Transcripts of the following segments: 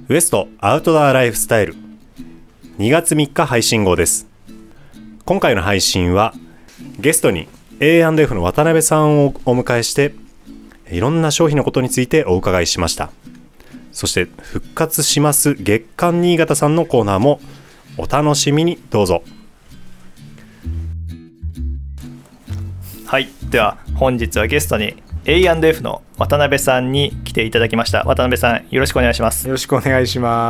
ウエストアウトドアライフスタイル2月3日配信号です。今回の配信はゲストに A&F の渡辺さんをお迎えしていろんな商品のことについてお伺いしました。そして復活します月刊新潟さんのコーナーもお楽しみにどうぞ。 はい、では本日はゲストに A&F の渡辺さんに来ていただきました。渡辺さん、よろしくお願いします。 よろしくお願いします。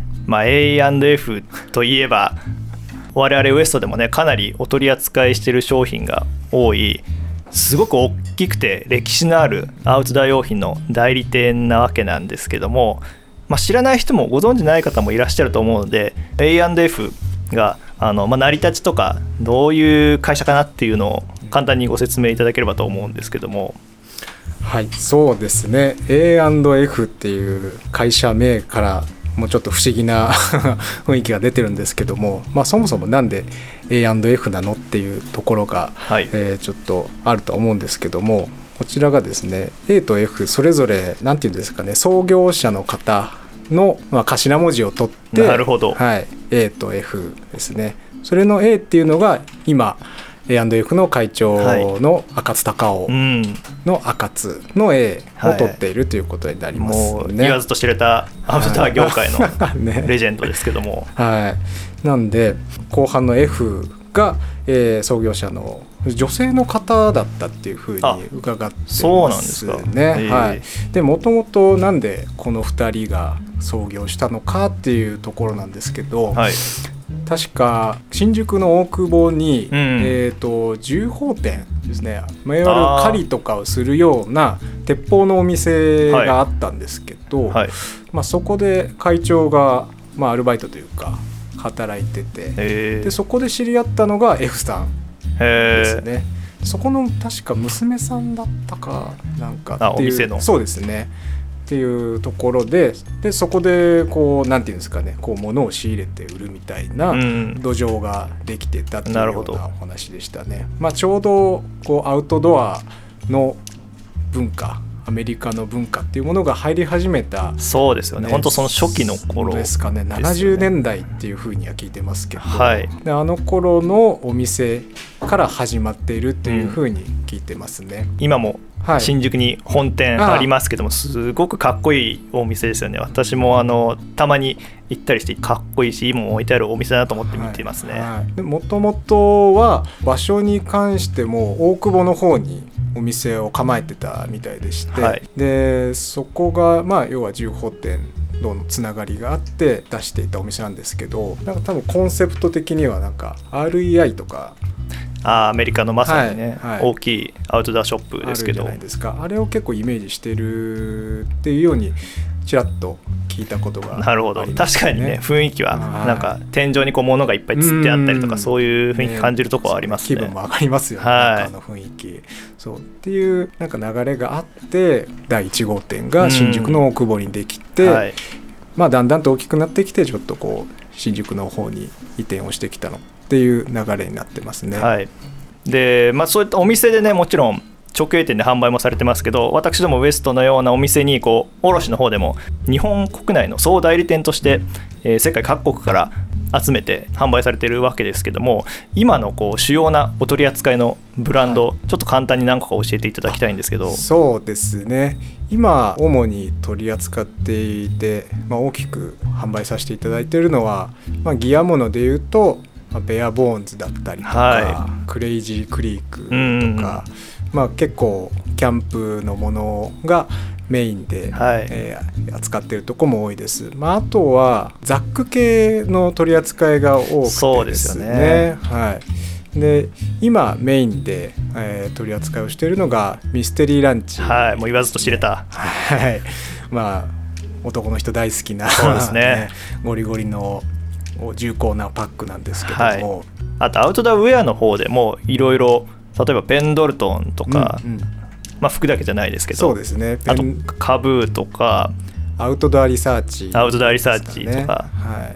A&F といえば我々ウエストでもね、かなりお取り扱いしている商品が多い、すごく大きくて歴史のあるアウトドア用品の代理店なわけなんですけども、知らない人もご存じない方もいらっしゃると思うので、 A&F が成り立ちとかどういう会社かなっていうのを簡単にご説明いただければと思うんですけども。 はい、そうですね。 A&F っていう会社名からもうちょっと不思議な雰囲気が出てるんですけども、そもそもなんで A&F なのっていうところが、ちょっとあると思うんですけども、こちらがですね A と F それぞれなんていうんですかね、創業者の方の、頭文字を取って、 なるほど、 A と F ですね。それの A っていうのが今A&F の会長の赤津隆夫の赤津の A を取っているということになりますね。 もう言わずと知れたアウトドア業界のレジェンドですけども、 なんで後半の F が、創業者の女性の方だったっていうふうに伺ってますね。 そうなんですか。 でもともとなんでこの2人が創業したのかっていうところなんですけど、確か新宿の大久保に、銃砲店ですね、いわゆる狩りとかをするような鉄砲のお店があったんですけど、そこで会長が、アルバイトというか働いてて、でそこで知り合ったのが F さんですね。そこの確か娘さんだったかなんかっていう、 お店の、 そうですねっていうところで、そこでこうなんていうんですかね、こう物を仕入れて売るみたいな土壌ができてたっていうようなお話でしたね。ちょうどこうアウトドアの文化、アメリカの文化っていうものが入り始めた、 そうですよね。本当その初期の頃ですかね。70年代っていうふうには聞いてますけど、であの頃のお店から始まっているっていうふうに聞いてますね。 今も新宿に本店ありますけども、すごくかっこいいお店ですよね。私もたまに行ったりしてかっこいいし、今も置いてあるお店だと思って見てますね。 もともとは場所に関しても大久保の方にお店を構えてたみたいでして、でそこが要は銃砲店のつながりがあって出していたお店なんですけど、なんか多分コンセプト的にはなんか REI とかアメリカのまさにね、大きいアウトドアショップですけど、 あるじゃないですか。あれを結構イメージしてるっていうようにちらっと聞いたことがありますね。 なるほど、確かにね、雰囲気はなんか天井にこう物がいっぱい吊ってあったりとか、そういう雰囲気感じるところはありますね。 気分も上がりますよね、あの雰囲気。そうっていうなんか流れがあって、第1号店が新宿の大久保にできて、だんだんと大きくなってきて、ちょっとこう新宿の方に移転をしてきたのっていう流れになってますね。 でそういったお店でね、もちろん直営店で販売もされてますけど、私どもウエストのようなお店にこう卸の方でも日本国内の総代理店として、世界各国から集めて販売されているわけですけども、今のこう主要なお取り扱いのブランド、ちょっと簡単に何個か教えていただきたいんですけど。 そうですね、今主に取り扱っていて、大きく販売させていただいているのは、ギアものでいうとベアボーンズだったりとか、クレイジークリークとか、結構キャンプのものがメインで、扱っているところも多いです。あとはザック系の取り扱いが多くてですね。 そうですよね。 で今メインで、取り扱いをしているのがミステリーランチ、 もう言わずと知れた、 男の人大好きなそうですねゴリゴリの重厚なパックなんですけども、 あとアウトドアウェアの方でもいろいろ、例えばペンドルトンとか、服だけじゃないですけど、 そうですね、 あとカブーとかアウトドアリサーチとか、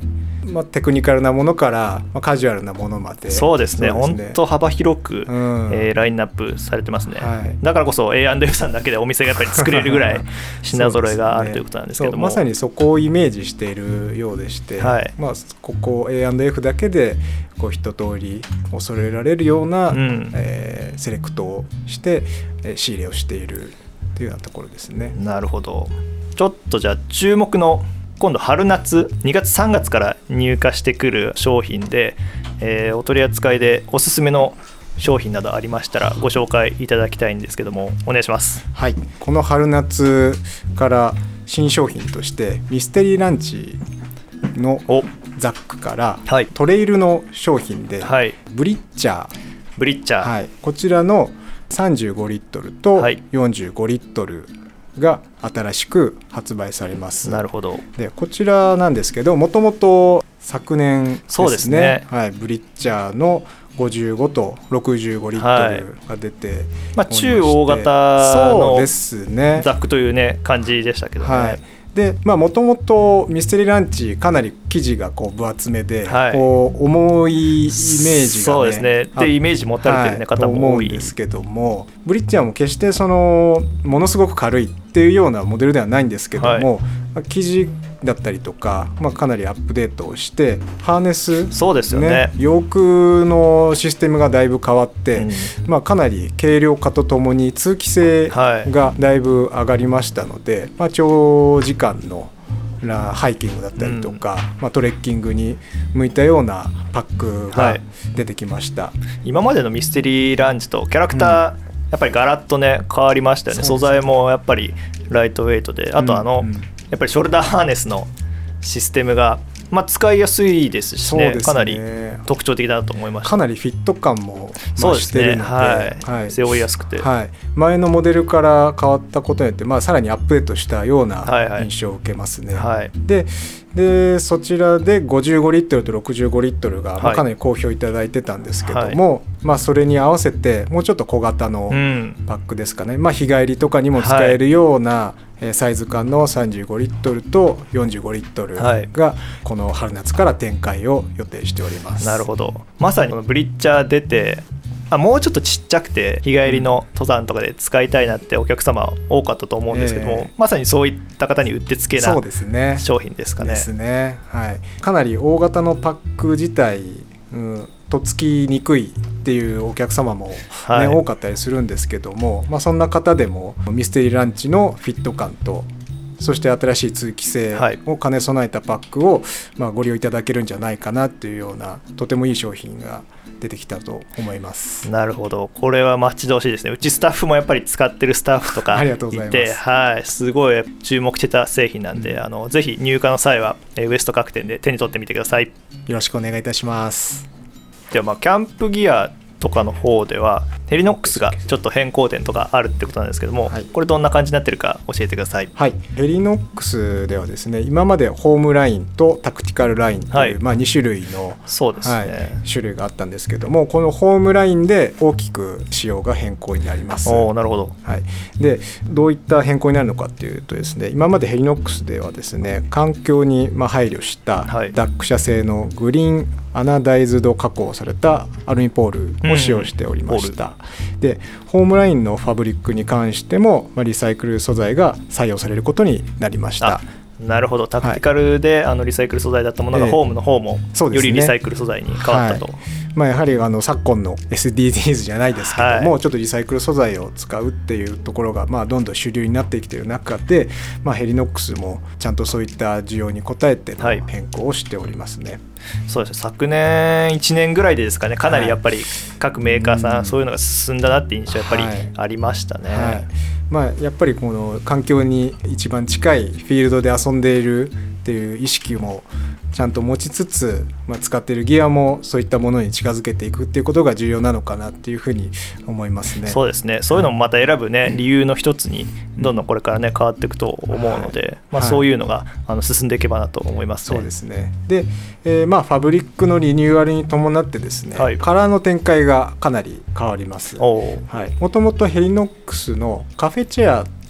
テクニカルなものから、カジュアルなものまで。 そうですね、本当幅広く、ラインナップされてますね、だからこそ A&F さんだけでお店がやっぱり作れるぐらい品揃えがあるということなんですけども、 まさにそこをイメージしているようでして、ここ A&F だけでこう一通り揃えられるような、セレクトをして仕入れをしているというようなところですね。 なるほど。ちょっとじゃあ注目の今度春夏2月3月から入荷してくる商品で、お取り扱いでおすすめの商品などありましたらご紹介いただきたいんですけども、お願いします。 はい、この春夏から新商品としてミステリーランチのザックから、トレイルの商品で、ブリッチャー、こちらの35リットルと45リットルが新しく発売されます。 なるほど。 でこちらなんですけど、もともと昨年ですね、 そうですね、 ブリッチャーの55と65リットルが出て、 中大型のそうですね、 ザックというね感じでしたけどね。 でもともとミステリーランチかなり生地がこう分厚めで、こう重いイメージが、 そうですね、でイメージ持たれてる、方も多いんですけども、ブリッチャーも決してものすごく軽いっていうようなモデルではないんですけども、生地だったりとか、かなりアップデートをしてハーネス、 そうですよね、 ヨークのシステムがだいぶ変わって、かなり軽量化とともに通気性がだいぶ上がりましたので、長時間のハイキングだったりとか、トレッキングに向いたようなパックが出てきました。 今までのミステリーランチとキャラクター、やっぱりガラッとね変わりましたよね。素材もやっぱりライトウェイトで、あとやっぱりショルダーハーネスのシステムが、使いやすいですしね、かなり特徴的だなと思いました。 かなりフィット感も増してるので、 背負いやすくて、 前のモデルから変わったことによって、さらにアップデートしたような印象を受けますね。でそちらで55リットルと65リットルがかなり好評いただいてたんですけども、それに合わせてもうちょっと小型のパックですかね、日帰りとかにも使えるようなサイズ感の35リットルと45リットルがこの春夏から展開を予定しております。 なるほど。まさにこのブリッチャー出て、もうちょっとちっちゃくて日帰りの登山とかで使いたいなってお客様多かったと思うんですけども、まさにそういった方にうってつけな商品ですかね。 ですね、かなり大型のパック自体、とっつきにくいっていうお客様も、多かったりするんですけども、そんな方でもミステリーランチのフィット感と、そして新しい通気性を兼ね備えたパックを、ご利用いただけるんじゃないかなっていうような、とてもいい商品が出てきたと思います。 なるほど、これは待ち遠しいですね。うちスタッフもやっぱり使ってるスタッフとかいて、すごい注目してた製品なんで、ぜひ入荷の際はウエスト各店で手に取ってみてください。 よろしくお願いいたします。 ではキャンプギアとかの方ではヘリノックスがちょっと変更点とかあるってことなんですけども、これどんな感じになってるか教えてください。 ヘリノックスではですね、今までホームラインとタクティカルラインという、2種類の種類があったんですけども、このホームラインで大きく仕様が変更になります。 なるほど。 でどういった変更になるのかっていうとですね、今までヘリノックスではですね、環境に配慮したダック社製のグリーンアナダイズド加工されたアルミポールを使用しておりました。でホームラインのファブリックに関しても、リサイクル素材が採用されることになりました。 なるほど。タクティカルでリサイクル素材だったものがホームの方もよりリサイクル素材に変わったと。 やはり昨今の SDGs じゃないですけども、ちょっとリサイクル素材を使うっていうところがどんどん主流になってきている中で、ヘリノックスもちゃんとそういった需要に応えての変更をしておりますね。 そうです。昨年1年ぐらいでですかね、かなりやっぱり各メーカーさん、そういうのが進んだなって印象やっぱりありましたね。 やっぱりこの環境に一番近いフィールドで遊んでいるっていう意識もちゃんと持ちつつ、使っているギアもそういったものに近づけていくっていうことが重要なのかなっていうふうに思いますね。 そうですね。そういうのもまた選ぶね、理由の一つにどんどんこれからね変わっていくと思うので、そういうのが進んでいけばなと思いますね。 そうですね。で、ファブリックのリニューアルに伴ってですね、カラーの展開がかなり変わります。もともとヘリノックスのカフェチェア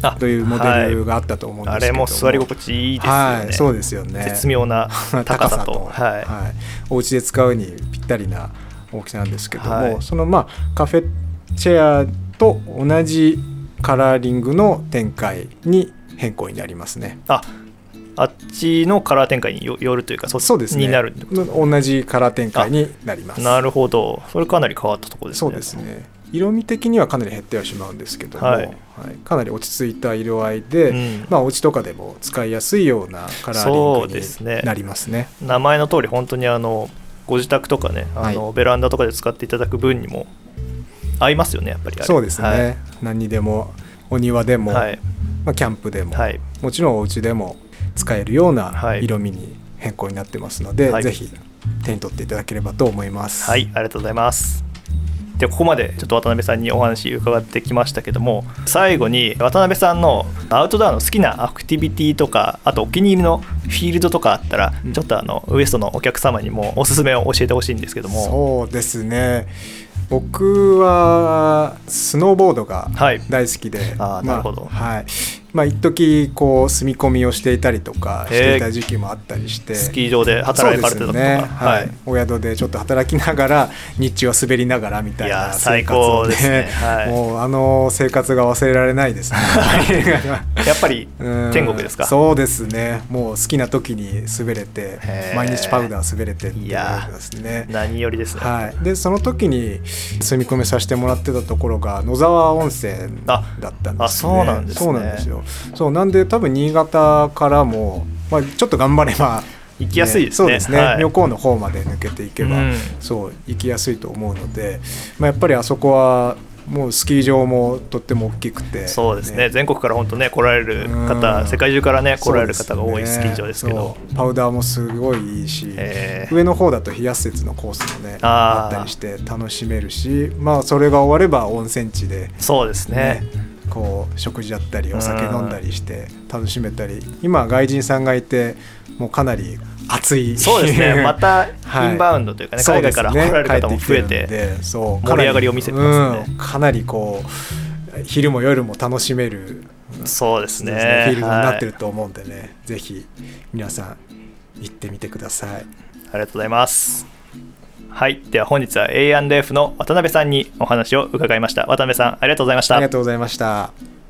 というモデルがあったと思うんですけども、 あれも座り心地いいですよね、 はい、そうですよね。 絶妙な高さとお家で使うにぴったりな大きさなんですけども、 はい、 そのカフェチェアと同じカラーリングの展開に変更になりますね。 あっちのカラー展開によるというか、 そうですね、 になるってことですね。 同じカラー展開になります。 なるほど、それかなり変わったところですね。 そうですね、色味的にはかなり減ってはしまうんですけども、 はいかなり落ち着いた色合いで、お家とかでも使いやすいようなカラーリングになりますね。 名前の通り本当にご自宅とかね、ベランダとかで使っていただく分にも合いますよね、やっぱり。 そうですね、何にでもお庭でも、キャンプでも、もちろんお家でも使えるような色味に変更になってますので、ぜひ手に取っていただければと思います。 はい、ありがとうございます。でここまでちょっと渡辺さんにお話伺ってきましたけども、最後に渡辺さんのアウトドアの好きなアクティビティとか、あとお気に入りのフィールドとかあったら、ちょっとウエストのお客様にもおすすめを教えてほしいんですけども。 そうですね、僕はスノーボードが大好きで、 なるほど、 一時こう住み込みをしていたりとかしていた時期もあったりして、 スキー場で働かれてたとか、 お宿でちょっと働きながら日中は滑りながらみたいな生活を、ね、 最高ですね、 もう生活が忘れられないですねやっぱり天国ですか？ そうですね、もう好きな時に滑れて、毎日パウダー滑れてっていうですね、 何よりですね。 でその時に住み込みさせてもらってたところが野沢温泉だったんですね。 そうなんですね。 そうなんですよ。そうなんで多分新潟からも、ちょっと頑張れば行きやすいですね。 そうですね、妙高の方まで抜けていけば、そう行きやすいと思うので、やっぱりあそこはもうスキー場もとっても大きくて、 そうですね、全国から本当ね来られる方、世界中からね来られる方が多いスキー場ですけど、 パウダーもすごいいいし、上の方だと冷やす雪のコースもねあったりして楽しめるし、それが終われば温泉地で、 そうですね、 こう食事だったりお酒飲んだりして楽しめたり、今外人さんがいてもうかなり暑い、 そうですね、またインバウンドというかね、海外から来られる方も増えて盛り上がりを見せてますね。 かなりこう昼も夜も楽しめる、 そうですね、 フィールドになってると思うんでね、ぜひ皆さん行ってみてください。ありがとうございます。はい、では本日は A&F の渡辺さんにお話を伺いました。渡辺さん、ありがとうございました。 ありがとうございました。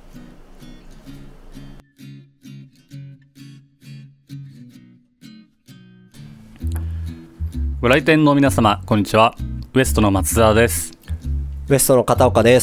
ご来店の皆様、こんにちは。ウエストの松澤です。 ウエストの片岡です。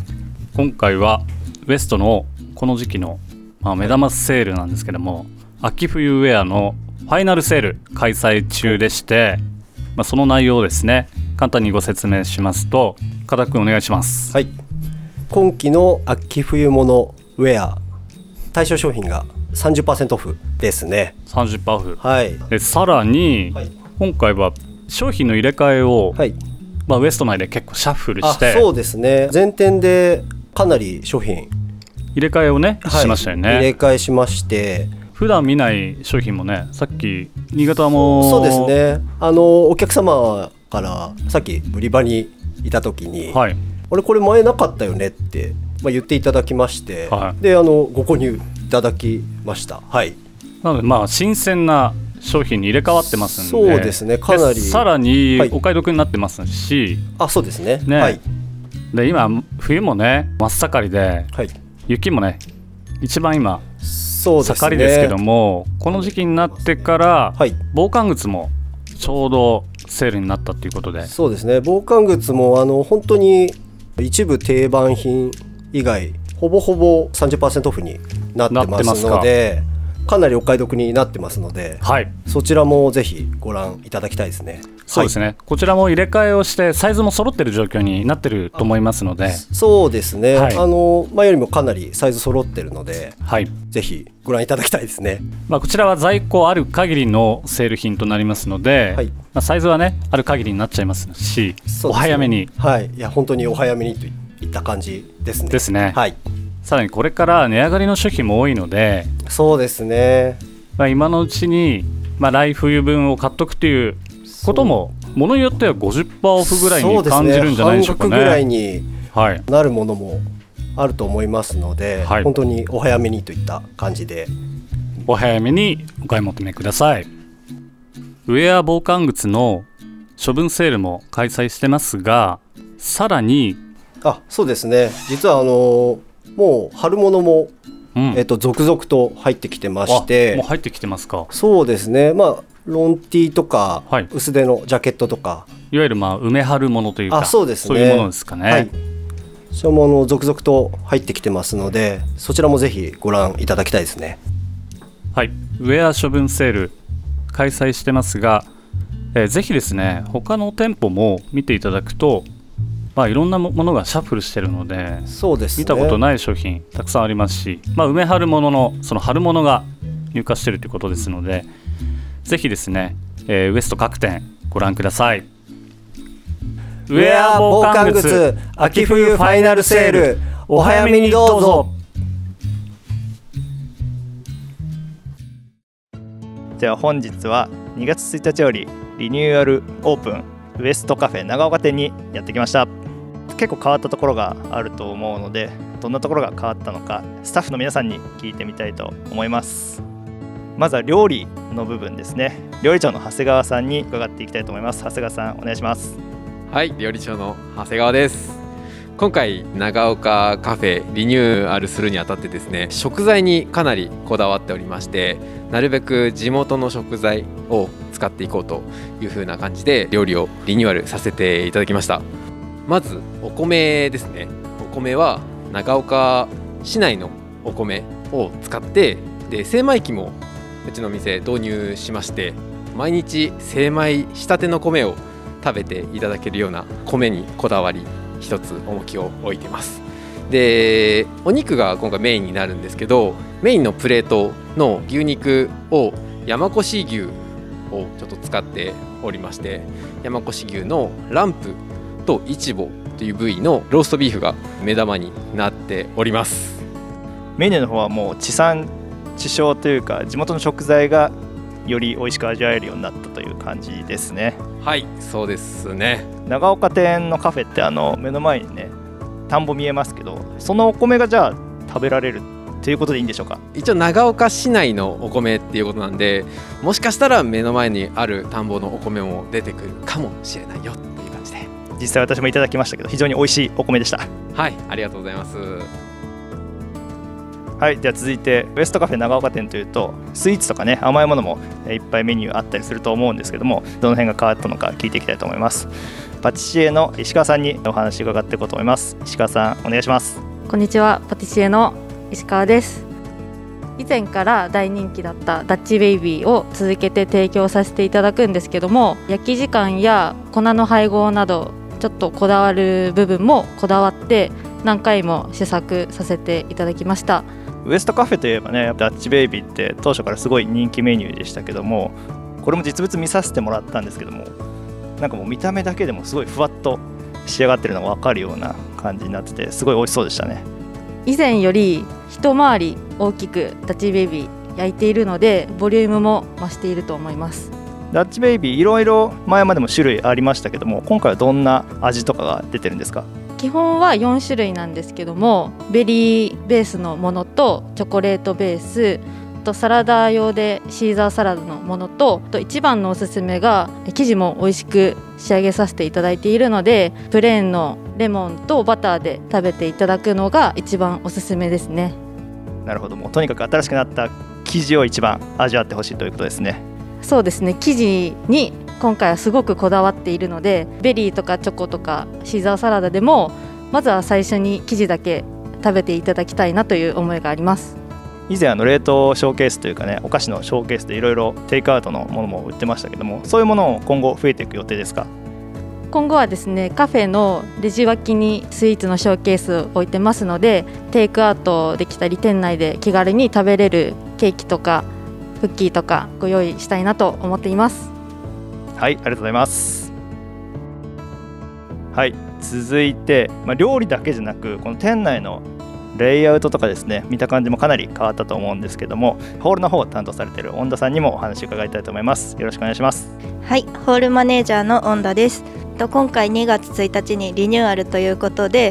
今回はウエストのこの時期の、目玉セールなんですけども、秋冬ウェアのファイナルセール開催中でして、その内容をですね、簡単にご説明しますと、片君お願いします。 はい、今期の秋冬物ウェア対象商品が 30% オフですね。 30% オフ、 でさらに、今回は商品の入れ替えを、ウエスト内で結構シャッフルして、 そうですね、全店でかなり商品入れ替えをね、しましたよね。 入れ替えしまして、 普段見ない商品もね、さっき新潟もそうですね、お客様からさっき売り場にいた時に、俺これ前なかったよねって、言っていただきまして、でご購入いただきました。 なので新鮮な商品に入れ替わってますんで、 そうですね、かなりさらにお買い得になってますし、 そうですね、 で今冬もね真っ盛りで、雪もね一番今盛りですけども、この時期になってから、防寒靴もちょうどセールになったということで、 そうですね、防寒靴も本当に一部定番品以外ほぼほぼ 30% オフになってますので、かなりお買い得になってますので、そちらもぜひご覧いただきたいですね。 そうですね、こちらも入れ替えをしてサイズも揃ってる状況になってると思いますので、 そうですね、前よりもかなりサイズ揃ってるので、ぜひご覧いただきたいですね。 こちらは在庫ある限りのセール品となりますので、サイズはねある限りになっちゃいますし、お早めに、 いや本当にお早めにといった感じですね。 ですね。さらにこれから値上がりの商品も多いので、 そうですね、 今のうちに、来冬分を買っとくということも、ものによっては 50% オフぐらいに感じるんじゃないでしょうかね。 半額ぐらいになるものもあると思いますので、 はい、 本当にお早めにといった感じでお早めにお買い求めください。ウェア防寒靴の処分セールも開催してますが、さらにそうですね、実はもう春物も、続々と入ってきてまして。 もう入ってきてますか。 そうですね、ロンティーとか、薄手のジャケットとか、 いわゆる梅春物というか、 そうですね、 そういうものですかね。はい、 そういうもの続々と入ってきてますので、そちらもぜひご覧いただきたいですね。 はい、ウェア処分セール開催してますが、ぜひですね、他の店舗も見ていただくと、いろんなものがシャッフルしてるので、 そうですね、 見たことない商品たくさんありますし、梅春物のその春物が入荷してるということですので、ぜひですね、ウエスト各店ご覧ください。 ウェア防寒靴秋冬ファイナルセール、お早めにどうぞ。 じゃあ本日は2月1日よりリニューアルオープンウエストカフェ長岡店にやってきました。結構変わったところがあると思うので、どんなところが変わったのかスタッフの皆さんに聞いてみたいと思います。まずは料理の部分ですね。料理長の長谷川さんに伺っていきたいと思います。長谷川さん、お願いします。 はい、料理長の長谷川です。今回長岡カフェリニューアルするにあたってですね、食材にかなりこだわっておりまして、なるべく地元の食材を使っていこうという風な感じで料理をリニューアルさせていただきました。まずお米ですね。お米は長岡市内のお米を使って、で精米機もうちの店導入しまして、毎日精米したての米を食べていただけるような米にこだわり一つ重きを置いています。でお肉が今回メインになるんですけど、メインのプレートの牛肉を山越牛をちょっと使っておりまして、山越牛のランプとイチボという部位のローストビーフが目玉になっております。 メニューの方はもう地産地消というか、地元の食材がより美味しく味わえるようになったという感じですね。 はい、そうですね。 長岡店のカフェって目の前にね田んぼ見えますけど、そのお米がじゃあ食べられるということでいいんでしょうか。 一応長岡市内のお米っていうことなんで、もしかしたら目の前にある田んぼのお米も出てくるかもしれないよっていう感じで、 実際私もいただきましたけど、非常に美味しいお米でした。 はい、ありがとうございます。 はい、では続いてウエストカフェ長岡店というと、スイーツとかね甘いものもいっぱいメニューあったりすると思うんですけども、どの辺が変わったのか聞いていきたいと思います。パティシエの石川さんにお話伺っていこうと思います。石川さん、お願いします。 こんにちは、パティシエの石川です。以前から大人気だったダッチベイビーを続けて提供させていただくんですけども、焼き時間や粉の配合などちょっとこだわる部分もこだわって何回も試作させていただきました。 ウエストカフェといえばね、ダッチベイビーって当初からすごい人気メニューでしたけども、これも実物見させてもらったんですけども、なんかもう見た目だけでもすごいふわっと仕上がってるのが分かるような感じになってて、すごい美味しそうでしたね。 以前より一回り大きくダッチベイビー焼いているので、ボリュームも増していると思います。 ダッチベイビーいろいろ前までも種類ありましたけども、今回はどんな味とかが出てるんですか？ 基本は4種類なんですけども、ベリーベースのものとチョコレートベースとサラダ用でシーザーサラダのものと、一番のおすすめが生地も美味しく仕上げさせていただいているので、プレーンのレモンとバターで食べていただくのが一番おすすめですね。 なるほど、もうとにかく新しくなった生地を一番味わってほしいということですね。 そうですね、生地に今回はすごくこだわっているので、ベリーとかチョコとかシーザーサラダでもまずは最初に生地だけ食べていただきたいなという思いがあります。 以前冷凍ショーケースというかね、お菓子のショーケースでいろいろテイクアウトのものも売ってましたけども、そういうものを今後増えていく予定ですか？ 今後はですね、カフェのレジ脇にスイーツのショーケースを置いてますので、テイクアウトできたり店内で気軽に食べれるケーキとかクッキーとかご用意したいなと思っています。 はい、ありがとうございます。はい、続いて、料理だけじゃなく、この店内のレイアウトとかですね、見た感じもかなり変わったと思うんですけども、ホールの方を担当されている恩田さんにもお話を伺いたいと思います。よろしくお願いします。 はい、ホールマネージャーの恩田です。今回2月1日にリニューアルということで、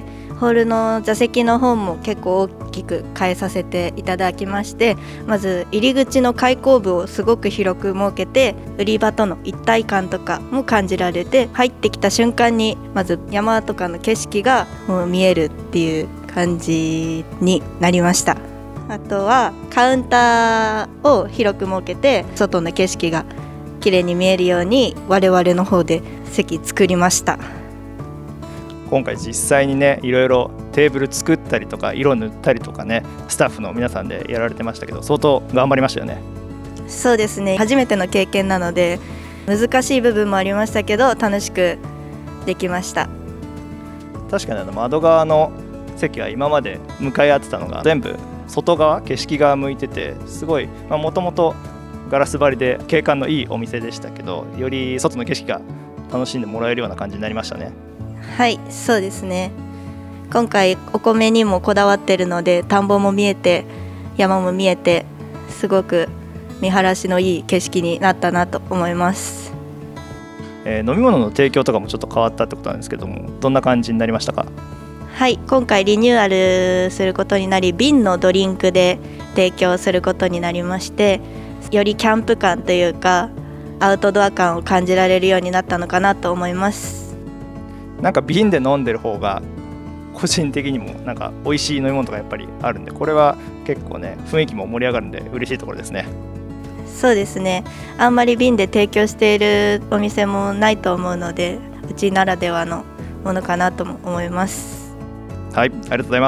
ホールの座席の方も結構大きく変えさせていただきまして、まず入り口の開口部をすごく広く設けて、売り場との一体感とかも感じられて、入ってきた瞬間にまず山とかの景色がもう見えるっていう感じになりました。あとはカウンターを広く設けて、外の景色が綺麗に見えるように我々の方で席作りました。 今回実際にね、いろいろテーブル作ったりとか色塗ったりとかね、スタッフの皆さんでやられてましたけど、相当頑張りましたよね。 そうですね、初めての経験なので難しい部分もありましたけど、楽しくできました。 確かに窓側の席は今まで向かい合ってたのが全部外側、景色側向いてて、すごいもともとガラス張りで景観のいいお店でしたけど、より外の景色が楽しんでもらえるような感じになりましたね。 はい、そうですね。今回お米にもこだわってるので、田んぼも見えて山も見えて、すごく見晴らしのいい景色になったなと思います。 飲み物の提供とかもちょっと変わったってことなんですけども、どんな感じになりましたか？ はい、今回リニューアルすることになり、瓶のドリンクで提供することになりまして、よりキャンプ感というかアウトドア感を感じられるようになったのかなと思います。 なんか瓶で飲んでる方が個人的にもなんか美味しい飲み物とかやっぱりあるんで、これは結構ね、雰囲気も盛り上がるんで嬉しいところですね。 そうですね、あんまり瓶で提供しているお店もないと思うので、うちならではのものかなとも思います。 はい、ありがとうございます。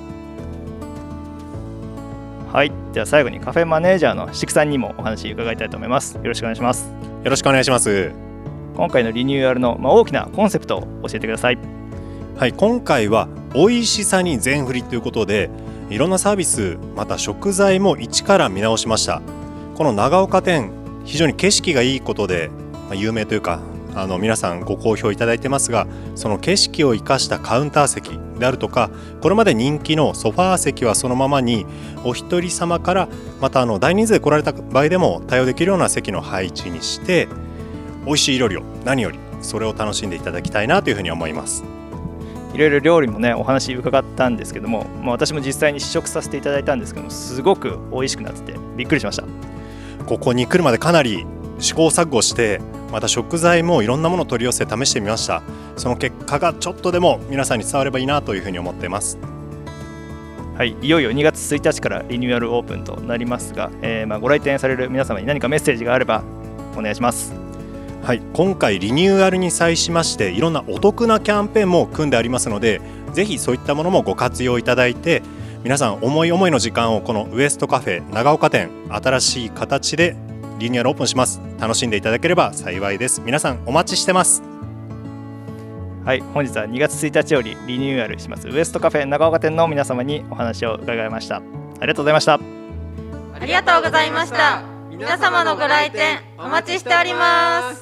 はい、では最後にカフェマネージャーのしくさんにもお話伺いたいと思います。よろしくお願いします。 よろしくお願いします。 今回のリニューアルの大きなコンセプトを教えてください。 はい、今回は美味しさに全振りということで、いろんなサービス、また食材も一から見直しました。この長岡店、非常に景色がいいことで、有名というか皆さんご好評いただいてますが、その景色を生かしたカウンター席であるとか、これまで人気のソファー席はそのままに、お一人様からまた大人数で来られた場合でも対応できるような席の配置にして、美味しい料理を何よりそれを楽しんでいただきたいなというふうに思います。 いろいろ料理もね、お話伺ったんですけども、私も実際に試食させていただいたんですけども、すごく美味しくなっててびっくりしました。 ここに来るまでかなり試行錯誤して、また食材もいろんなものを取り寄せて試してみました。その結果がちょっとでも皆さんに伝わればいいなというふうに思っています。 はい、いよいよ2月1日からリニューアルオープンとなりますが、ご来店される皆様に何かメッセージがあればお願いします。 はい、今回リニューアルに際しまして、いろんなお得なキャンペーンも組んでありますので、ぜひそういったものもご活用いただいて、皆さん思い思いの時間をこのウエストカフェ長岡店、新しい形でリニューアルオープンします。楽しんでいただければ幸いです。皆さんお待ちしてます。 はい、本日は2月1日よりリニューアルしますウエストカフェ長岡店の皆様にお話を伺いました。ありがとうございました。 ありがとうございました。皆様のご来店お待ちしております。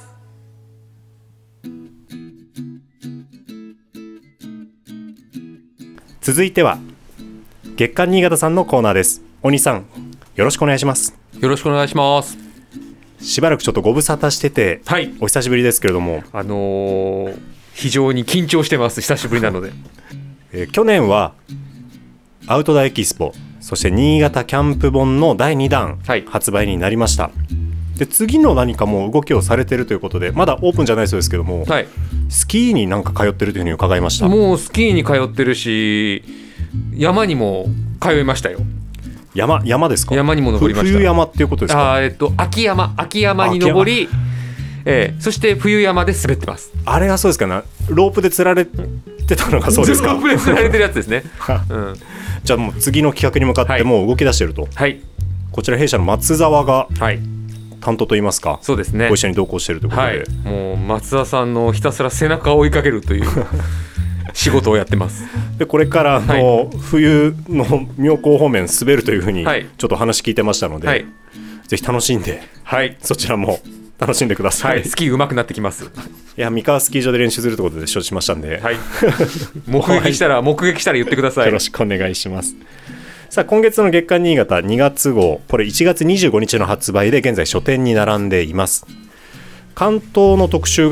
続いては月刊新潟さんのコーナーです。大西さん、よろしくお願いします。 よろしくお願いします。 しばらくちょっとご無沙汰してて、 はい、 お久しぶりですけれども、 非常に緊張してます。久しぶりなので、 去年はアウトドアエキスポ、そして新潟キャンプ本の第2弾、発売になりました。で、次の何かも動きをされているということで、まだオープンじゃないそうですけども、スキーになんか通ってるというふうに伺いました。 もうスキーに通ってるし、山にも通いましたよ。 山ですか？ 山にも登りました。 冬山っていうことですか？ 秋山に登り、そして冬山で滑ってます。 あれがそうですかね。ロープで釣られてたのがそうですか？ ロープで釣られてるやつですね。 じゃあもう次の企画に向かってもう動き出してると。はい。こちら弊社の松沢が担当といいますか、 そうですね、 ご一緒に同行しているということで、 もう松沢さんのひたすら背中を追いかけるという仕事をやってます。 で、これから冬の妙高方面滑るというふうにちょっと話聞いてましたので、ぜひ楽しんで、そちらも楽しんでください。 スキー上手くなってきます。 いや、三河スキー場で練習するということで承知しましたんで、 目撃したら言ってください。 よろしくお願いします。さあ、今月の月刊新潟2月号、これ1月25日の発売で現在書店に並んでいます。関東の特集が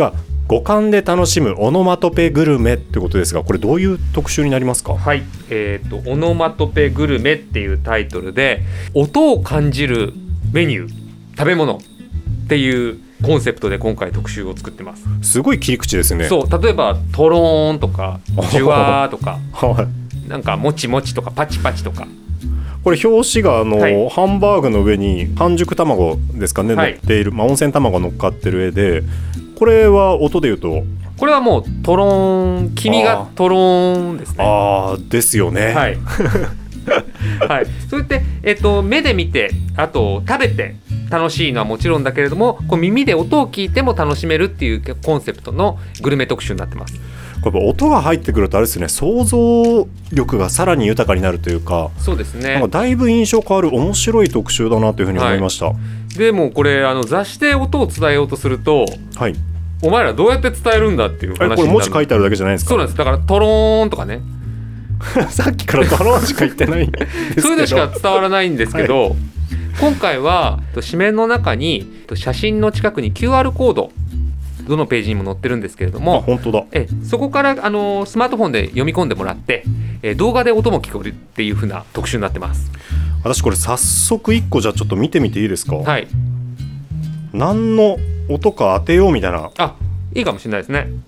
五感で楽しむオノマトペグルメってことですが、これどういう特集になりますか？ はい、オノマトペグルメっていうタイトルで、音を感じるメニュー、食べ物っていうコンセプトで今回特集を作ってます。 すごい切り口ですね。 そう、例えばトローンとかジュワーとかなんかもちもちとかパチパチとか。 これ表紙がハンバーグの上に半熟卵ですかね、乗っている、温泉卵が乗っかってる絵で、これは音で言うと、 これはもうトローン、君がトローンですね。 ですよね。 はいはい、そうやって、目で見て、あと食べて楽しいのはもちろんだけれども、こう耳で音を聞いても楽しめるっていうコンセプトのグルメ特集になってます。 これ音が入ってくるとあれですね、想像力がさらに豊かになるというか、 そうですね、 なんかだいぶ印象変わる面白い特集だなというふうに思いました。 でもこれ雑誌で音を伝えようとすると、お前らどうやって伝えるんだっていう話になる。 これ文字書いてあるだけじゃないですか？ そうなんです。だからトローンとかねさっきからトローンしか言ってないんですけどそれでしか伝わらないんですけど、今回は紙面の中に写真の近くに QR コード、どのページにも載ってるんですけれども、 本当だ。 そこからスマートフォンで読み込んでもらって、動画で音も聞こえるっていう風な特集になってます。 私これ早速1個じゃあちょっと見てみていいですか？ はい。 何の音か当てようみたいな。 いいかもしれないですね。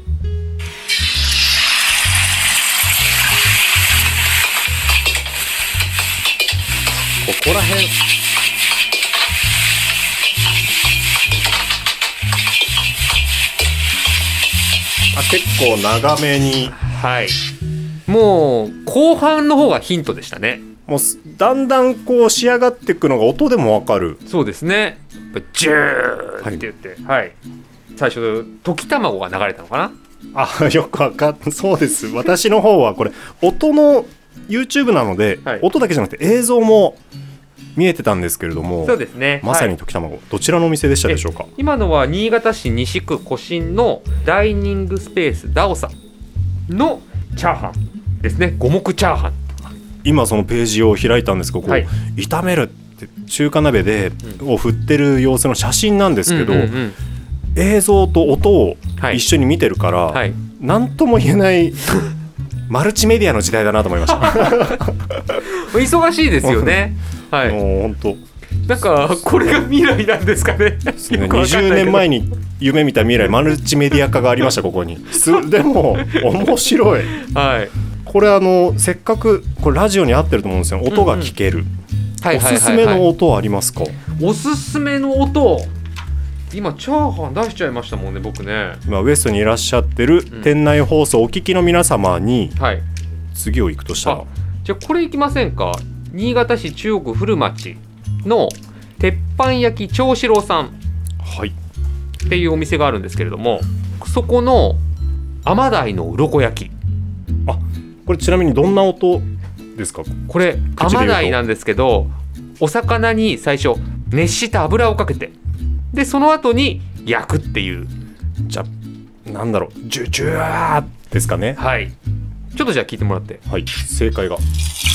ここら辺結構長めに。 はい。もう後半の方がヒントでしたね。 もうだんだんこう仕上がっていくのが音でも分かる。 そうですね。ジューって言って、最初溶き卵が流れたのかな。 よく分かった。そうです。私の方はこれ音の YouTube なので、音だけじゃなくて映像も見えてたんですけれども。 そうですね。 まさに溶き卵、どちらのお店でしたでしょうか？ 今のは新潟市西区古新のダイニングスペースダオさんのチャーハンですね。五目チャーハン。 今そのページを開いたんですけど、炒めるって中華鍋でを振ってる様子の写真なんですけど、映像と音を一緒に見てるから、何とも言えないマルチメディアの時代だなと思いました忙しいですよね。 もう本当なんかこれが未来なんですかね。 20年前に夢見た未来、マルチメディア化がありましたここに。でも面白い。これせっかくこれラジオに合ってると思うんですよ。音が聞ける。おすすめの音ありますか？ おすすめの音、今チャーハン出しちゃいましたもんね、僕ね。 今ウエストにいらっしゃってる店内放送お聞きの皆様に、次を行くとしたら、 じゃあこれ行きませんか？新潟市中央区古町の鉄板焼き長四郎さんっていうお店があるんですけれども、そこの甘鯛の鱗焼き。 これちなみにどんな音ですか？ これ甘鯛なんですけど、お魚に最初熱した油をかけて、でその後に焼くっていう。 じゃあなんだろう、ジュワーですかね。 ちょっとじゃあ聞いてもらって。 正解が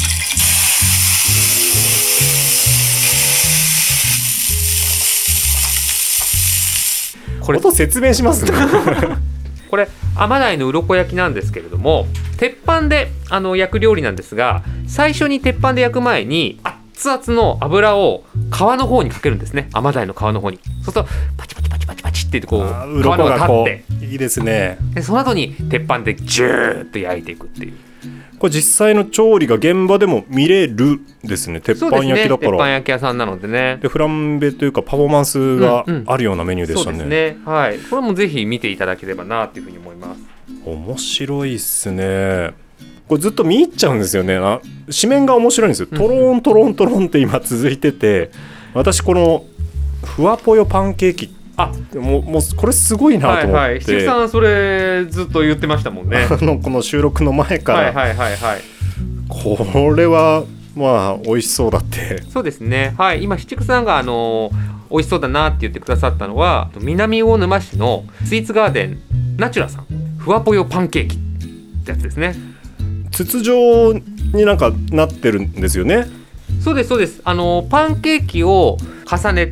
これ音説明しますねこれ甘鯛の鱗焼きなんですけれども、鉄板で焼く料理なんですが、最初に鉄板で焼く前に熱々の油を皮の方にかけるんですね。甘鯛の皮の方に。そうするとパチパチパチパチパチってこう皮のが立っていいですね。 でその後に鉄板でジューッと焼いていくっていう。 これ実際の調理が現場でも見れるですね。鉄板焼きだから。 鉄板焼き屋さんなのでね。 でフランベというかパフォーマンスがあるようなメニューでしたね。 そうですね。これもぜひ見ていただければなというふうに思います。 面白いっすね。これずっと見入っちゃうんですよね。紙面が面白いんですよ。トローントロントロンって今続いてて、私このふわぽよパンケーキ、もうこれすごいなと思って。 七木さんそれずっと言ってましたもんね。 この収録の前からこれはまあ美味しそうだって。 そうですね。今七木さんが美味しそうだなって言ってくださったのは、南魚沼市のスイーツガーデンナチュラさんふわぽよパンケーキってやつですね。 筒状になんかなってるんですよね。 そうですそうです。パンケーキを重ねて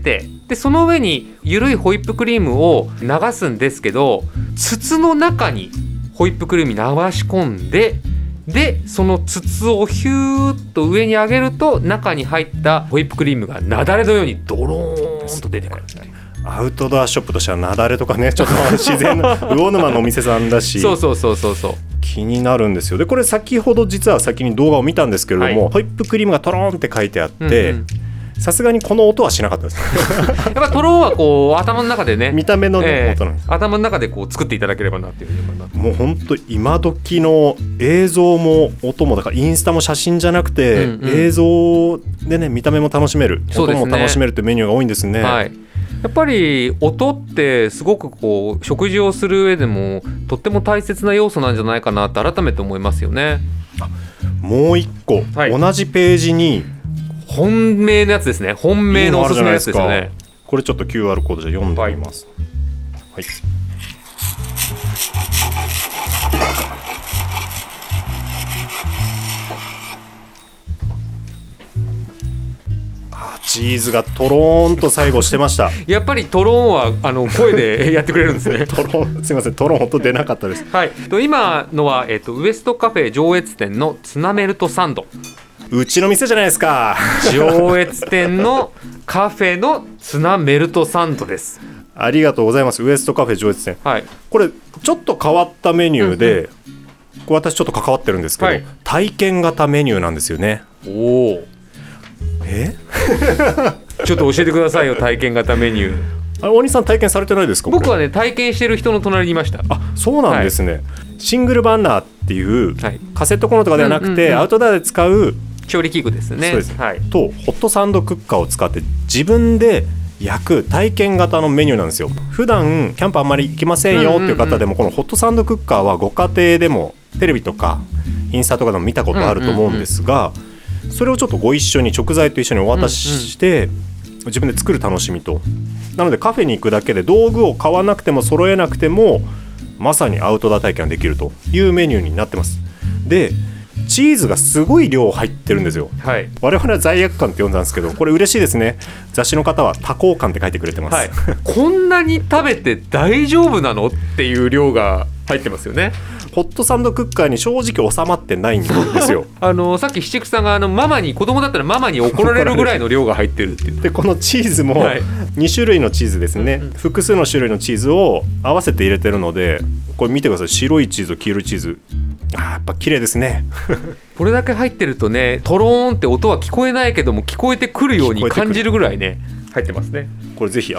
でその上に緩いホイップクリームを流すんですけど、筒の中にホイップクリーム流し込んで、その筒をヒューッと上に上げると中に入ったホイップクリームが雪崩のようにドローンと出てくるんですね。 アウトドアショップとしては雪崩とかね、ちょっと自然の魚沼のお店さんだしそう気になるんですよ。でこれ先ほど実は先に動画を見たんですけれども、ホイップクリームがトローンって書いてあって、さすがにこの音はしなかったですやっぱトローンはこう頭の中でね、 見た目の、音なんです。 頭の中でこう作っていただければなっていうふうに思います。 もう本当今時の映像も音もだからインスタも写真じゃなくて、映像でね見た目も楽しめる、音も楽しめるってメニューが多いんですね。 はい、やっぱり音ってすごくこう食事をする上でもとっても大切な要素なんじゃないかなって改めて思いますよね。 もう一個、同じページに本命のやつですね。本命のおすすめのやつですよね。 これちょっと QR コードで読んでみます。はい、チーズがトローンと最後してましたやっぱりトローンは声でやってくれるんですねトローン、すいません、トローン本当出なかったです。 はい、今のは、ウエストカフェ上越店のツナメルトサンド。 うちの店じゃないですか。 上越店のカフェのツナメルトサンドです。 ありがとうございます。ウエストカフェ上越店、はい、これちょっと変わったメニューで、これ私ちょっと関わってるんですけど、体験型メニューなんですよね。 おおちょっと教えてくださいよ、体験型メニュー。 大西さん体験されてないですか？ 僕はね、体験してる人の隣にいました。 あ、そうなんですね。シングルバーナーっていう、カセットコンロとかではなくて、アウトドアで使う調理器具ですね。 そうです、とホットサンドクッカーを使って自分で焼く体験型のメニューなんですよ。普段キャンプあんまり行きませんよっていう方でも、このホットサンドクッカーはご家庭でもテレビとかインスタとかでも見たことあると思うんですが、それをちょっとご一緒に食材と一緒にお渡しして、自分で作る楽しみと。なのでカフェに行くだけで道具を買わなくても揃えなくてもまさにアウトドア体験ができるというメニューになってます。でチーズがすごい量入ってるんですよ、はい、我々は罪悪感って呼んだんですけど、これ嬉しいですね。雑誌の方は多幸感って書いてくれてます、はい、 こんなに食べて大丈夫なのっていう量が入ってますよね。 ホットサンドクッカーに正直収まってないんですよさっき七九さんがママに、子供だったらママに怒られるぐらいの量が入ってるって言って、 でこのチーズも2種類のチーズですね、複数の種類のチーズを合わせて入れてるので、これ見てください。白いチーズと黄色いチーズ、やっぱ綺麗ですねこれだけ入ってるとね、トローンって音は聞こえないけども聞こえてくるように感じるぐらいね入ってますね。 これぜひ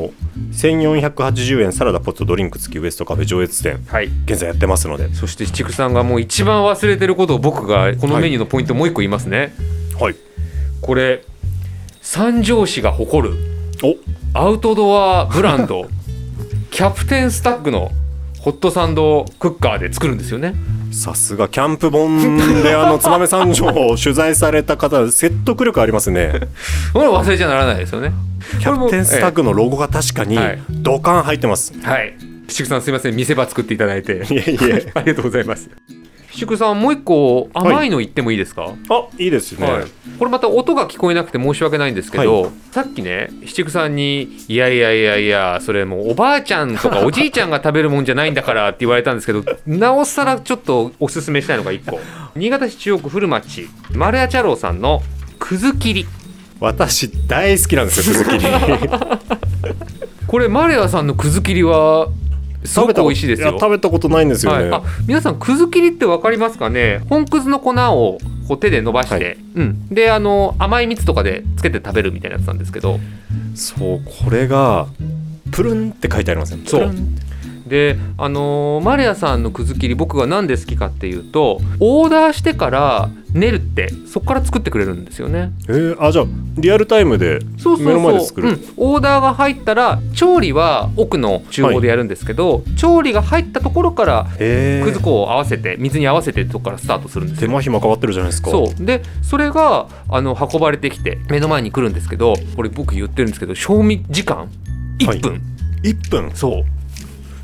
1480円サラダポテトドリンク付きウエストカフェ上越店、現在やってますので。 そして七九さんがもう一番忘れてることを僕がこのメニューのポイントもう一個言いますね。 はい、 これ三条市が誇るアウトドアブランドキャプテンスタッグのホットサンドクッカーで作るんですよね。 さすがキャンプ本で燕三条を取材された方、説得力ありますねこれ忘れちゃならないですよね。 キャプテンスタッグのロゴが確かにドカン入ってます。 はい、七九さんすいません、見せ場作っていただいていえありがとうございます。七九さんもう一個甘いの言ってもいいですか？ あ、いいですね、 これまた音が聞こえなくて申し訳ないんですけど、さっきね七九さんにいやそれもうおばあちゃんとかおじいちゃんが食べるもんじゃないんだからって言われたんですけどなおさらちょっとおすすめしたいのが1個新潟市中央区古町丸屋茶楼さんのくず切り。 私大好きなんですよ、くず切りこれ丸屋さんのくず切りはすごく美味しいですよ。 食べたことないんですよね、 皆さんくず切りって分かりますかね。本くずの粉をこう手で伸ばして、で甘い蜜とかでつけて食べるみたいなやつなんですけど、 そう、これがプルンって書いてありますね。 そうで丸屋さんのくず切り僕がなんで好きかっていうと、オーダーしてから練るってそこから作ってくれるんですよね。 じゃあリアルタイムで目の前で作る。 オーダーが入ったら調理は奥の厨房でやるんですけど、調理が入ったところからくず粉を合わせて水に合わせてとこからスタートするんですよ。 手間暇変わってるじゃないですか。 そうでそれが運ばれてきて目の前に来るんですけど、これ僕言ってるんですけど賞味時間1分、 1分。 そう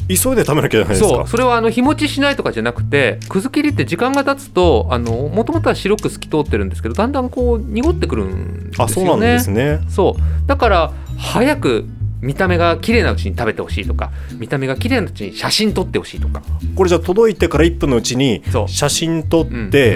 急いで食べなきゃいけないですか。 そう、それは日持ちしないとかじゃなくて、くず切りって時間が経つともともとは白く透き通ってるんですけど、だんだんこう濁ってくるんですよね。 そうなんですね。 そうだから早く見た目が綺麗なうちに食べてほしいとか、見た目が綺麗なうちに写真撮ってほしいとか。 これじゃあ届いてから1分のうちに写真撮って、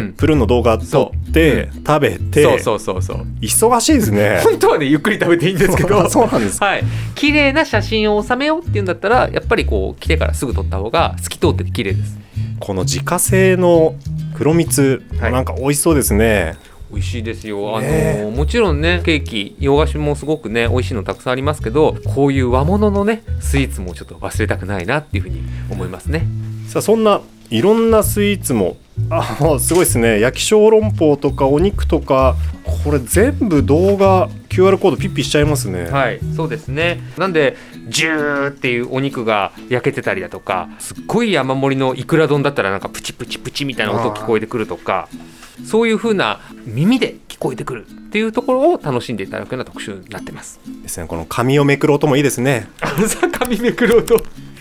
プルーンの動画撮って、食べて、 そう忙しいですね。 本当はねゆっくり食べていいんですけどそうなんです、 はい、綺麗な写真を収めようっていうんだったら、やっぱりこう来てからすぐ撮った方が透き通ってて綺麗です。 この自家製の黒蜜、なんか美味しそうですね。 美味しいですよ。もちろんねケーキ洋菓子もすごくね美味しいのたくさんありますけど、こういう和物のねスイーツもちょっと忘れたくないなっていうふうに思いますね。 さあそんないろんなスイーツもすごいですね。焼き小籠包とかお肉とか、これ全部動画 QR コードピッピしちゃいますね。 はい、そうですね。なんでジューっていうお肉が焼けてたりだとか、すっごい山盛りのいくら丼だったらなんかプチプチプチみたいな音聞こえてくるとか、そういう風な耳で聞こえてくるっていうところを楽しんでいただくような特集になってますですね。この紙をめくる音もいいですね。 紙めくる音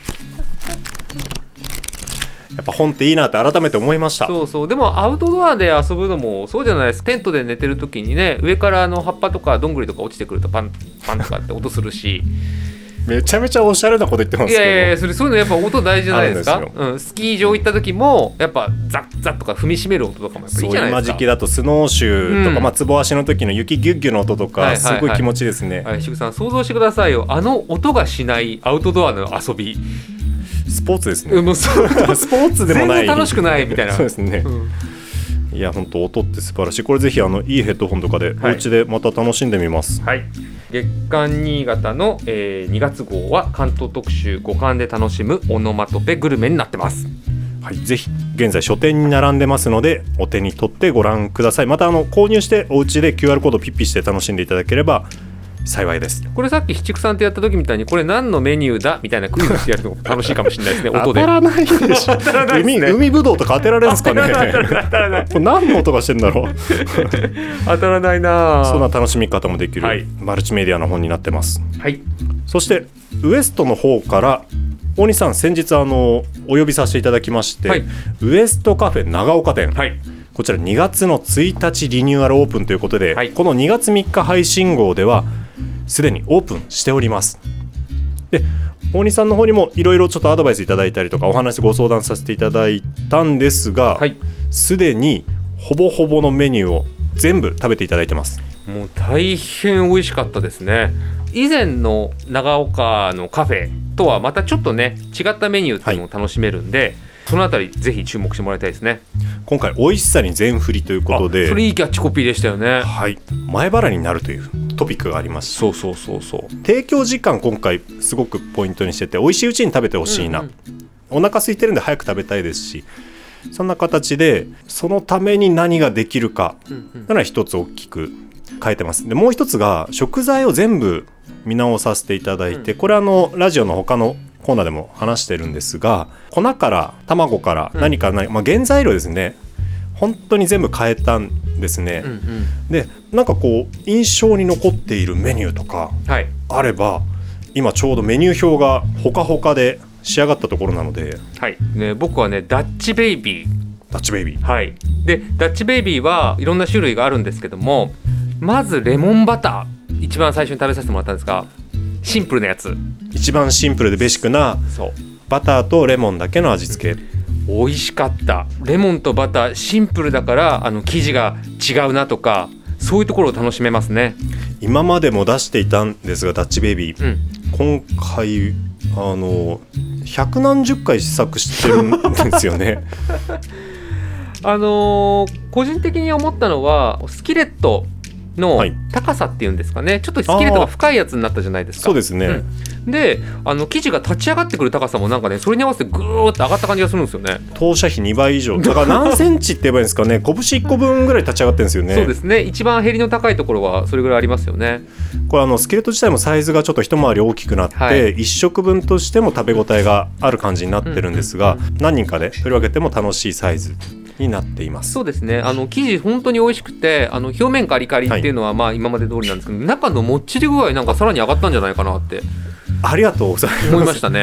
やっぱ本っていいなって改めて思いました。 そうでもアウトドアで遊ぶのもそうじゃないです。テントで寝てる時にね、上から葉っぱとかどんぐりとか落ちてくるとパンパンとかって音するしめちゃめちゃおしゃれなこと言ってますけど。 いやそういうのやっぱ音大事じゃないですか。スキー場行った時もやっぱザッザッとか踏みしめる音とかもやっぱいいじゃないですか。 そう今時期だとスノーシューとか、つぼ足の時の雪ギュッギュの音とか、すごい気持ちいいですね。 しぐさん想像してくださいよ。音がしないアウトドアの遊び、 スポーツですね。 もうスポーツでもない、 全然楽しくないみたいな。 そうですね、いや本当音って素晴らしい。これぜひいいヘッドホンとかでお家でまた楽しんでみます。 はい、月刊新潟の、2月号は関東特集五感で楽しむオノマトペグルメになってます。 はい、ぜひ現在書店に並んでますのでお手に取ってご覧ください。また購入してお家で QR コードをピッピして楽しんでいただければ幸いです。 これさっき七九さんってやった時みたいにこれ何のメニューだみたいなクイズしてやるのも楽しいかもしれないですね。音で当たらないでしょ。当たらないですね。海ぶどうとか当てられるんですかね。 当たらないこれ何の音がしてんだろう。 当たらないな。 そんな楽しみ方もできる、マルチメディアの本になってます。 はい。 そしてウエストの方から大西さん先日お呼びさせていただきまして、ウエストカフェ長岡店、こちら2月の1日リニューアルオープンということで、この2月3日配信号ではすでにオープンしております。で大西さんの方にもいろいろちょっとアドバイスいただいたりとかお話ご相談させていただいたんですが、すでにほぼほぼのメニューを全部食べていただいてます。 もう大変美味しかったですね。以前の長岡のカフェとはまたちょっとね違ったメニューっていうのを楽しめるんで、そのあたりぜひ注目してもらいたいですね。 今回美味しさに全振りということで、 それいいキャッチコピーでしたよね。 はい、前払いになるというトピックがあります。そう提供時間今回すごくポイントにしてて、美味しいうちに食べてほしいな、お腹空いてるんで早く食べたいですし、そんな形でそのために何ができるかなら一つ大きく変えてます。でもう一つが食材を全部見直させていただいて、これラジオの他のコーナーでも話してるんですが、粉から卵から何から原材料ですね、本当に全部変えたんですね。でなんかこう印象に残っているメニューとかあれば、今ちょうどメニュー表がほかほかで仕上がったところなので、 僕はねダッチベイビー、でダッチベイビーはいろんな種類があるんですけども、まずレモンバター一番最初に食べさせてもらったんですが、シンプルなやつ、 一番シンプルでベーシックなバターとレモンだけの味付け、 美味しかった。レモンとバターシンプルだから生地が違うなとか、そういうところを楽しめますね。 今までも出していたんですがダッチベイビー、今回百何十回試作してるんですよね。 個人的に思ったのはスキレットの高さっていうんですかね、ちょっとスキレットが深いやつになったじゃないですか。 そうですね、 で生地が立ち上がってくる高さもなんかね、それに合わせてグーッと上がった感じがするんですよね。 投射比2倍以上だから何センチって言えばいいんですかね、拳1個分ぐらい立ち上がってるんですよね。 そうですね、一番減りの高いところはそれぐらいありますよね。 これスキレット自体もサイズがちょっと一回り大きくなって、1食分としても食べ応えがある感じになってるんですが、何人かで取り分けても楽しいサイズになっています。 そうですね、生地本当に美味しくて、表面カリカリっていうのは今まで通りなんですけど、中のもっちり具合なんかさらに上がったんじゃないかなってありがとうございます思いましたね。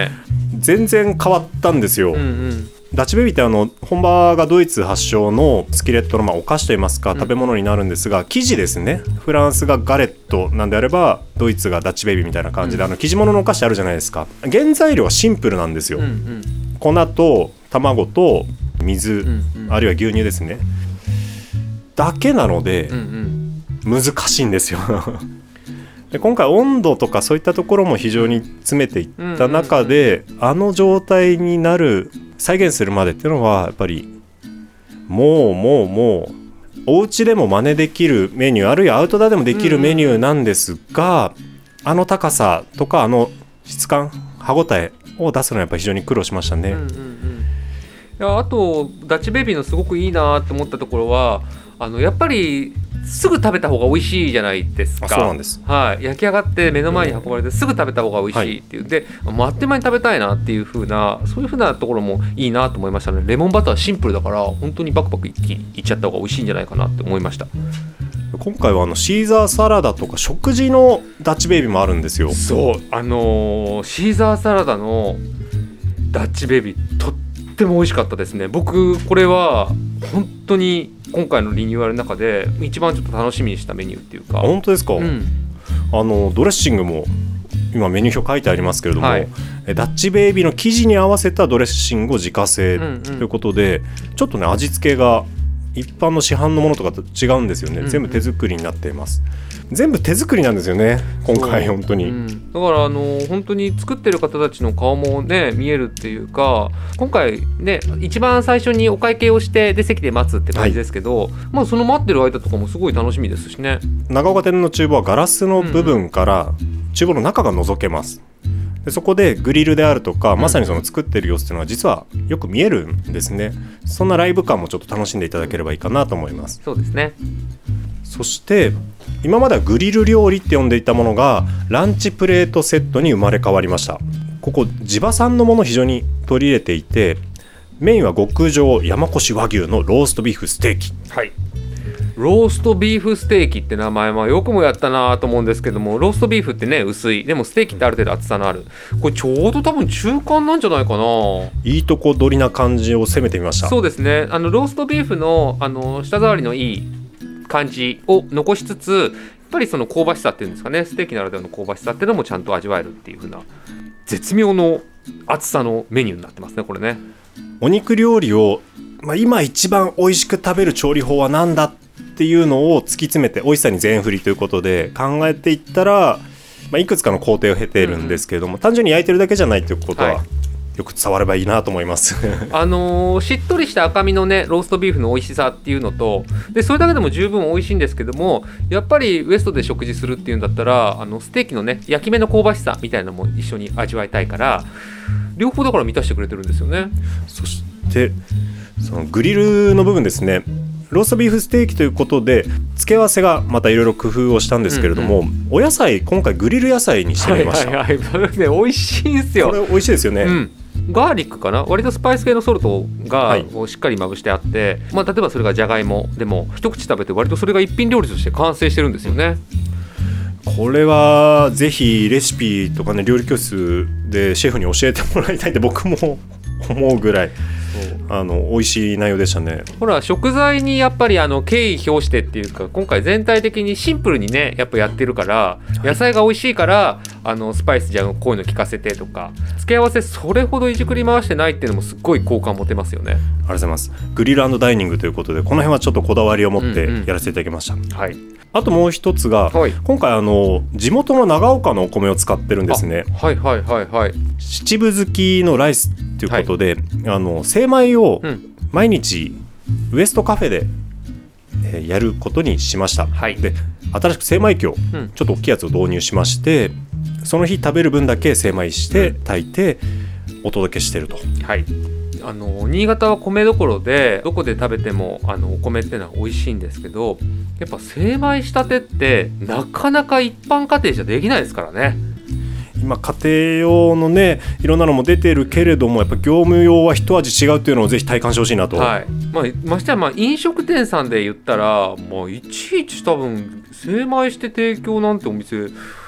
全然変わったんですよ、ダッチベビーって本場がドイツ発祥のスキレットのお菓子といいますか食べ物になるんですが、生地ですね。フランスがガレットなんであればドイツがダッチベビーみたいな感じで、生地物のお菓子あるじゃないですか。原材料はシンプルなんですよ、粉と卵と水、あるいは牛乳ですねだけなので、難しいんですよで今回温度とかそういったところも非常に詰めていった中で、状態になる再現するまでっていうのはやっぱりもうお家でも真似できるメニュー、あるいはアウトドアでもできるメニューなんですが、高さとか質感、歯ごたえを出すのはやっぱり非常に苦労しましたね。 いや、あとダッチベビーのすごくいいなと思ったところはやっぱりすぐ食べた方が美味しいじゃないですか。 そうなんです、 はい、焼き上がって目の前に運ばれてすぐ食べた方が美味しいっていう、であっという間に食べたいなっていう風な、そういう風なところもいいなと思いましたね。レモンバターシンプルだから本当にバクバク一気にいっちゃった方が美味しいんじゃないかなって思いました。 今回はシーザーサラダとか食事のダッチベビーもあるんですよ。 そう、シーザーサラダのダッチベビーとっても美味しかったですね。僕これは本当に今回のリニューアルの中で一番ちょっと楽しみにしたメニューっていうか。 本当ですか、ドレッシングも今メニュー表書いてありますけれども、ダッチベイビーの生地に合わせたドレッシングを自家製ということで、ちょっとね味付けが一般の市販のものとかと違うんですよね、全部手作りになっています。全部手作りなんですよね今回本当に、 だから本当に作ってる方たちの顔もね見えるっていうか、今回ね一番最初にお会計をしてで席で待つって感じですけど、その待ってる間とかもすごい楽しみですしね。 長岡店の厨房はガラスの部分から厨房の中が覗けます。でそこでグリルであるとか、まさにその作ってる様子っていうのは実はよく見えるんですね。そんなライブ感もちょっと楽しんでいただければいいかなと思います。 そうですね。 そして今まではグリル料理って呼んでいたものがランチプレートセットに生まれ変わりました。ここ地場産のものを非常に取り入れていて、メインは極上山越和牛のローストビーフステーキ。 はい、ローストビーフステーキって名前はよくもやったなと思うんですけども、ローストビーフってね薄い、でもステーキってある程度厚さのある、これちょうど多分中間なんじゃないかな。 いいとこ取りな感じを攻めてみました。 そうですね、ローストビーフの舌触りのいい感じを残しつつ、やっぱりその香ばしさっていうんですかね、ステーキならではの香ばしさっていうのもちゃんと味わえるっていう風な絶妙の厚さのメニューになってますねこれね。 お肉料理を、今一番美味しく食べる調理法は何だっていうのを突き詰めて、美味しさに全振りということで考えていったら、いくつかの工程を経ているんですけれども、単純に焼いてるだけじゃないということは、よく伝わればいいなと思いますしっとりした赤身のねローストビーフの美味しさっていうのと、でそれだけでも十分美味しいんですけども、やっぱりウエストで食事するっていうんだったらステーキのね焼き目の香ばしさみたいなのも一緒に味わいたいから、両方だから満たしてくれてるんですよね。 そしてそのグリルの部分ですね、ローストビーフステーキということで付け合わせがまたいろいろ工夫をしたんですけれども、お野菜今回グリル野菜にしてみました。 美味しいんですよ。 これ美味しいですよね、 ガーリックかな、割とスパイス系のソルトがしっかりまぶしてあって、例えばそれがじゃがいもでも一口食べて割とそれが一品料理として完成してるんですよね。 これはぜひレシピとかね料理教室でシェフに教えてもらいたいって僕も思うぐらい美味しい内容でしたね。 ほら食材にやっぱり敬意表してっていうか、今回全体的にシンプルにねやっぱやってるから、野菜が美味しいからスパイスじゃこういうの効かせてとか、付け合わせそれほどいじくり回してないっていうのもすっごい好感持てますよね。 ありがとうございます。グリル&ダイニングということでこの辺はちょっとこだわりを持ってやらせていただきました、あともう一つが、今回地元の長岡のお米を使ってるんですね。秩父好きのライスということで、精米を毎日ウエストカフェで、やることにしました、で新しく精米機をちょっと大きいやつを導入しまして、その日食べる分だけ精米して炊いてお届けしていると。 新潟は米どころでどこで食べてもお米っていうのは美味しいんですけど、やっぱ精米したてってなかなか一般家庭じゃできないですからね。 今家庭用のねいろんなのも出てるけれども、やっぱ業務用は一味違うっていうのをぜひ体感してほしいなと、 ましてや飲食店さんで言ったら、いちいち多分精米して提供なんてお店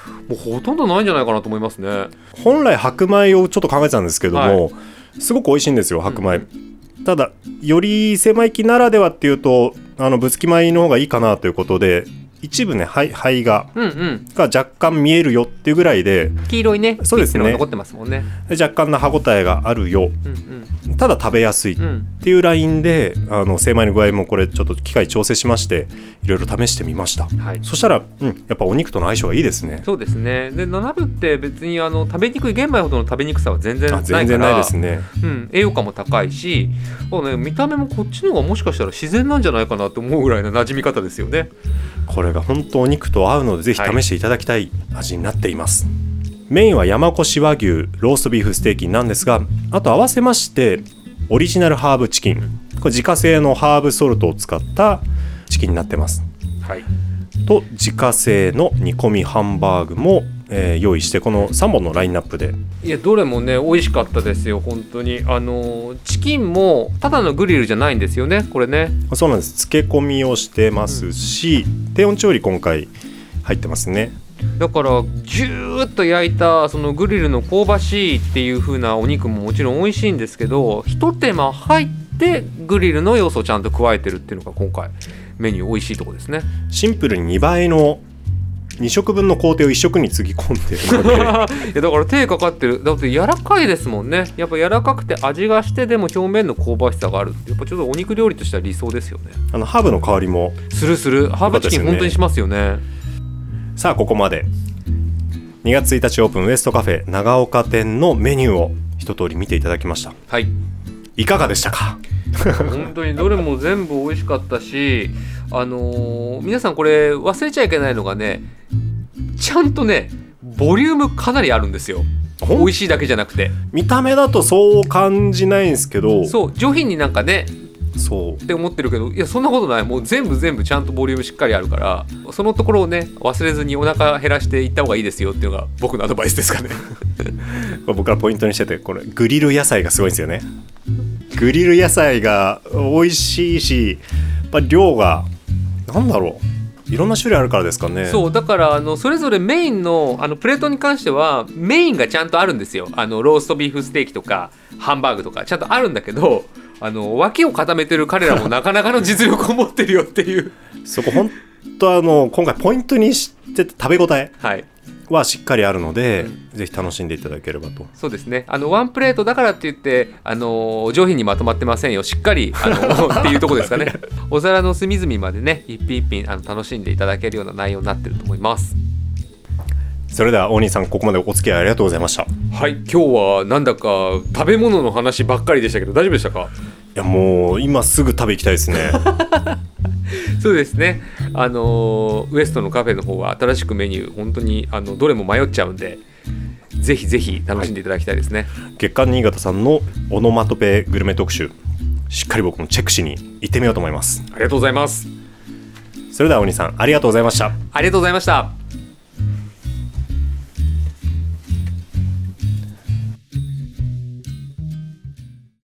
もうほとんどないんじゃないかなと思いますね。 本来白米をちょっと考えてたんですけども、すごく美味しいんですよ白米、ただより狭い木ならではっていうとぶつき米の方がいいかなということで、一部ね灰が若干見えるよっていうぐらいで、 黄色いねそうですね、 残ってますもんね。 若干の歯ごたえがあるよ、ただ食べやすいっていうラインで、精米の具合もこれちょっと機械調整しましていろいろ試してみました、そしたら、やっぱお肉との相性がいいですね。 そうですね。で7分って別に食べにくい玄米ほどの食べにくさは全然ないから、 全然ないですね、 栄養価も高いし、見た目もこっちの方がもしかしたら自然なんじゃないかなと思うぐらいの馴染み方ですよね。 これが本当お肉と合うのでぜひ試していただきたい味になっています、メインは山越和牛ローストビーフステーキなんですが、あと合わせましてオリジナルハーブチキン、これ自家製のハーブソルトを使ったチキンになってます、と自家製の煮込みハンバーグも、用意して、この3本のラインナップで、 いやどれもね美味しかったですよ本当に。チキンもただのグリルじゃないんですよねこれね。 そうなんです、漬け込みをしてますし、低温調理今回入ってますね。 だからギューッと焼いたそのグリルの香ばしいっていう風なお肉ももちろん美味しいんですけど、一手間入ってグリルの要素をちゃんと加えてるっていうのが今回メニュー美味しいところですね。 シンプルに2倍の2食分の工程を1食につぎ込んでるのでいやだから手かかってる。だって柔らかいですもんね。やっぱ柔らかくて味がしてでも表面の香ばしさがあるって、やっぱちょっとお肉料理としては理想ですよね。 ハーブの香りもするハーブチキン本当にしますよね。 さあここまで2月1日オープンウエストカフェ長岡店のメニューを一通り見ていただきました。いかがでしたか？ 本当にどれも全部美味しかったし、皆さんこれ忘れちゃいけないのがね、ちゃんとねボリュームかなりあるんですよ。美味しいだけじゃなくて、 見た目だとそう感じないんですけど、 そう上品になんかねそうって思ってるけど、いやそんなことない。もう全部ちゃんとボリュームしっかりあるから、そのところをね忘れずにお腹減らしていった方がいいですよっていうのが僕のアドバイスですかね。 僕はポイントにしてて、これグリル野菜がすごいんですよね。グリル野菜が美味しいし、やっぱ量がなんだろう、いろんな種類あるからですかね。 そうだからそれぞれメインのプレートに関してはメインがちゃんとあるんですよ。ローストビーフステーキとかハンバーグとかちゃんとあるんだけど、脇を固めてる彼らもなかなかの実力を持ってるよっていうそこ本当今回ポイントにしてて食べ応えはしっかりあるので、ぜひ楽しんでいただければと。 そうですね。ワンプレートだからって言って上品にまとまってませんよ。しっかりっていうところですかね。お皿の隅々までね一品一品楽しんでいただけるような内容になってると思います。 それでは大西さん、ここまでお付き合いありがとうございました。 はい、今日はなんだか食べ物の話ばっかりでしたけど大丈夫でしたか？ いやもう今すぐ食べ行きたいですね。 そうですね。ウエストのカフェの方は新しくメニュー本当にどれも迷っちゃうんで、ぜひぜひ楽しんでいただきたいですね。 月刊新潟さんのオノマトペグルメ特集、しっかり僕もチェックしに行ってみようと思います。 ありがとうございます。 それでは大西さん、ありがとうございました。 ありがとうございました。